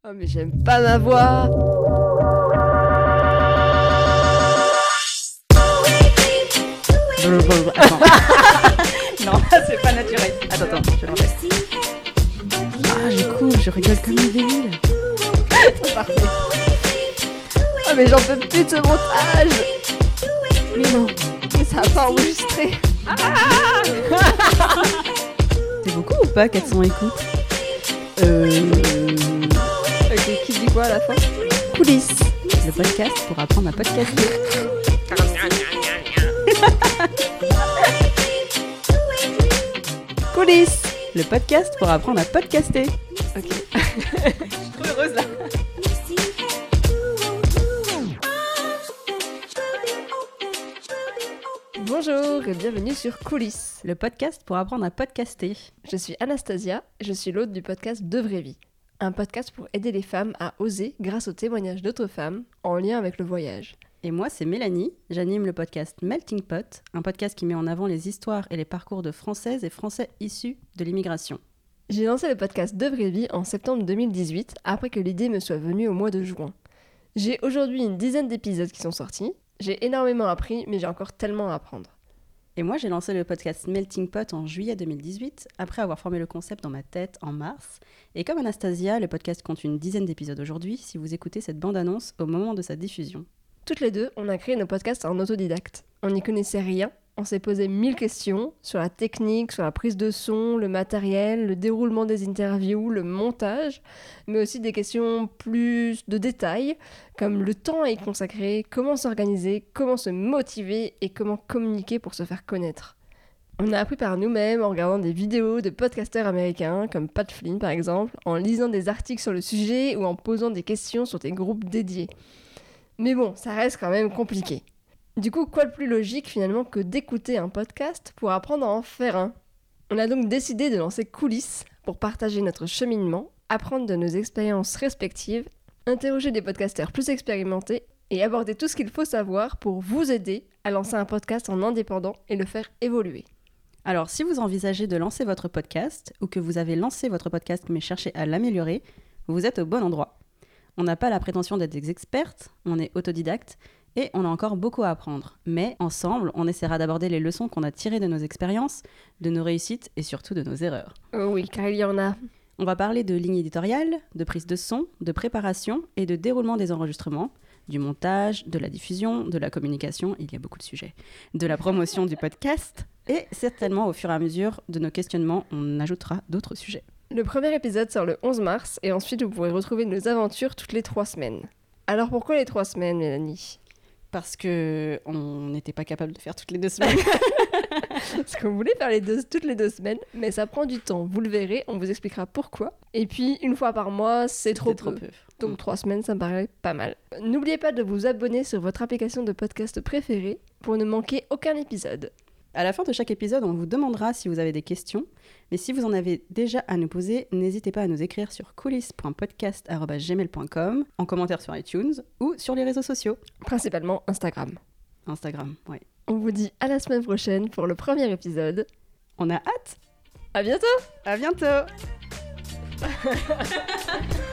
Oh mais j'aime pas ma voix. Attends. Non, c'est pas naturel. Attends, je le refais. Ah, je rigole comme une débile. C'est parfait. Oh mais j'en peux plus de ce montage. Mais non, mais ça a pas enregistré. C'est beaucoup ou pas 400 écoutes? Ok, qui dit quoi à la fin? Coulisses, le podcast pour apprendre à podcaster. Coulisses, le podcast pour apprendre à podcaster. Ok. Je suis trop heureuse là. Bonjour et bienvenue sur Coulisses. Le podcast pour apprendre à podcaster. Je suis Anastasia et je suis l'hôte du podcast De Vraie Vie. Un podcast pour aider les femmes à oser grâce aux témoignages d'autres femmes en lien avec le voyage. Et moi, c'est Mélanie. J'anime le podcast Melting Pot, un podcast qui met en avant les histoires et les parcours de Françaises et Français issus de l'immigration. J'ai lancé le podcast De Vraie Vie en septembre 2018, après que l'idée me soit venue au mois de juin. J'ai aujourd'hui une dizaine d'épisodes qui sont sortis. J'ai énormément appris, mais j'ai encore tellement à apprendre. Et moi, j'ai lancé le podcast Melting Pot en juillet 2018, après avoir formé le concept dans ma tête en mars. Et comme Anastasia, le podcast compte une dizaine d'épisodes aujourd'hui, si vous écoutez cette bande-annonce au moment de sa diffusion. Toutes les deux, on a créé nos podcasts en autodidacte. On n'y connaissait rien, on s'est posé 1000 questions sur la technique, sur la prise de son, le matériel, le déroulement des interviews, le montage, mais aussi des questions plus de détails, comme le temps à y consacrer, comment s'organiser, comment se motiver et comment communiquer pour se faire connaître. On a appris par nous-mêmes en regardant des vidéos de podcasteurs américains, comme Pat Flynn par exemple, en lisant des articles sur le sujet ou en posant des questions sur des groupes dédiés. Mais bon, ça reste quand même compliqué. Du coup, quoi de plus logique finalement que d'écouter un podcast pour apprendre à en faire un? On a donc décidé de lancer Coulisses pour partager notre cheminement, apprendre de nos expériences respectives, interroger des podcasteurs plus expérimentés et aborder tout ce qu'il faut savoir pour vous aider à lancer un podcast en indépendant et le faire évoluer. Alors, si vous envisagez de lancer votre podcast, ou que vous avez lancé votre podcast mais cherchez à l'améliorer, vous êtes au bon endroit. On n'a pas la prétention d'être des expertes, on est autodidacte, et on a encore beaucoup à apprendre. Mais ensemble, on essaiera d'aborder les leçons qu'on a tirées de nos expériences, de nos réussites et surtout de nos erreurs. Oh oui, car il y en a. On va parler de ligne éditoriale, de prise de son, de préparation et de déroulement des enregistrements, du montage, de la diffusion, de la communication, il y a beaucoup de sujets, de la promotion du podcast, et certainement au fur et à mesure de nos questionnements, on ajoutera d'autres sujets. Le premier épisode sort le 11 mars et ensuite vous pourrez retrouver nos aventures toutes les 3 semaines. Alors pourquoi les 3 semaines, Mélanie? Parce qu'on n'était pas capable de faire toutes les 2 semaines. Parce qu'on voulait faire toutes les 2 semaines, mais ça prend du temps, vous le verrez, on vous expliquera pourquoi. Et puis, une fois par mois, c'est trop peu. Donc 3 semaines, ça me paraît pas mal. N'oubliez pas de vous abonner sur votre application de podcast préférée pour ne manquer aucun épisode. À la fin de chaque épisode, on vous demandera si vous avez des questions, mais si vous en avez déjà à nous poser, n'hésitez pas à nous écrire sur coulisses.podcast@gmail.com, en commentaire sur iTunes ou sur les réseaux sociaux. Principalement Instagram. Instagram, ouais. On vous dit à la semaine prochaine pour le premier épisode. On a hâte. À bientôt! À bientôt.